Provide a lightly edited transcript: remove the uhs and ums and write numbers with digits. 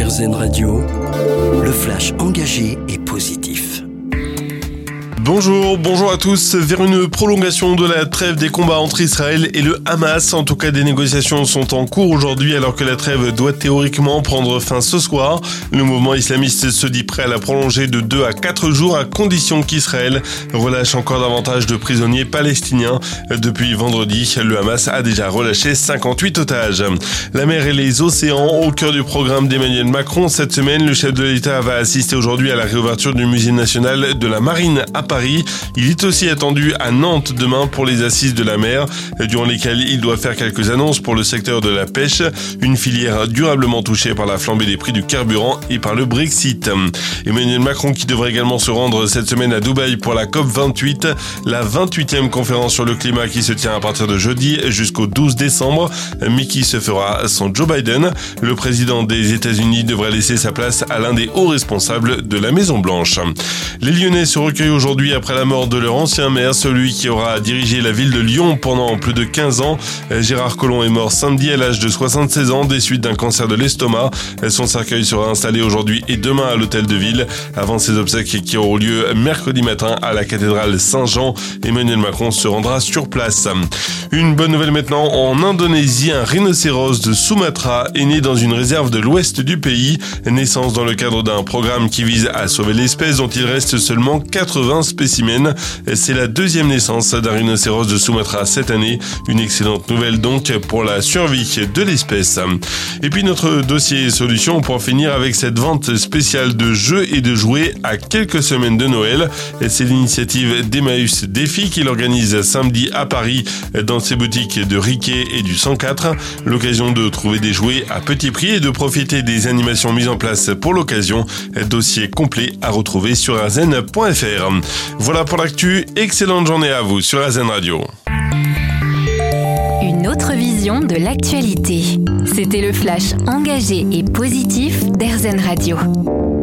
RZN Radio, le flash engagé et positif. Bonjour à tous. Vers une prolongation de la trêve des combats entre Israël et le Hamas. En tout cas, des négociations sont en cours aujourd'hui alors que la trêve doit théoriquement prendre fin ce soir. Le mouvement islamiste se dit prêt à la prolonger de 2 à 4 jours à condition qu'Israël relâche encore davantage de prisonniers palestiniens. Depuis vendredi, le Hamas a déjà relâché 58 otages. La mer et les océans au cœur du programme d'Emmanuel Macron. Cette semaine, le chef de l'État va assister aujourd'hui à la réouverture du musée national de la Marine à Paris. Il est aussi attendu à Nantes demain pour les assises de la mer, durant lesquelles il doit faire quelques annonces pour le secteur de la pêche, une filière durablement touchée par la flambée des prix du carburant et par le Brexit. Emmanuel Macron qui devrait également se rendre cette semaine à Dubaï pour la COP28, la 28e conférence sur le climat qui se tient à partir de jeudi jusqu'au 12 décembre, mais qui se fera sans Joe Biden. Le président des États-Unis devrait laisser sa place à l'un des hauts responsables de la Maison-Blanche. Les Lyonnais se recueillent aujourd'hui après la mort de leur ancien maire, celui qui aura dirigé la ville de Lyon pendant plus de 15 ans. Gérard Collomb est mort samedi à l'âge de 76 ans des suites d'un cancer de l'estomac. Son cercueil sera installé aujourd'hui et demain à l'hôtel de ville avant ses obsèques qui auront lieu mercredi matin à la cathédrale Saint-Jean. Emmanuel Macron se rendra sur place. Une bonne nouvelle maintenant, en Indonésie, un rhinocéros de Sumatra est né dans une réserve de l'ouest du pays. Naissance dans le cadre d'un programme qui vise à sauver l'espèce dont il reste seulement 80 spécimens. C'est la deuxième naissance d'un rhinocéros de Sumatra cette année. Une excellente nouvelle donc pour la survie de l'espèce. Et puis notre dossier solution pour finir avec cette vente spéciale de jeux et de jouets à quelques semaines de Noël. C'est l'initiative d'Emmaüs Défi qui l'organise samedi à Paris dans ses boutiques de Riquet et du 104. L'occasion de trouver des jouets à petit prix et de profiter des animations mises en place pour l'occasion. Dossier complet à retrouver sur rzn.fr. Voilà pour l'actu, excellente journée à vous sur RZN Radio. Une autre vision de l'actualité. C'était le flash engagé et positif d'RZN Radio.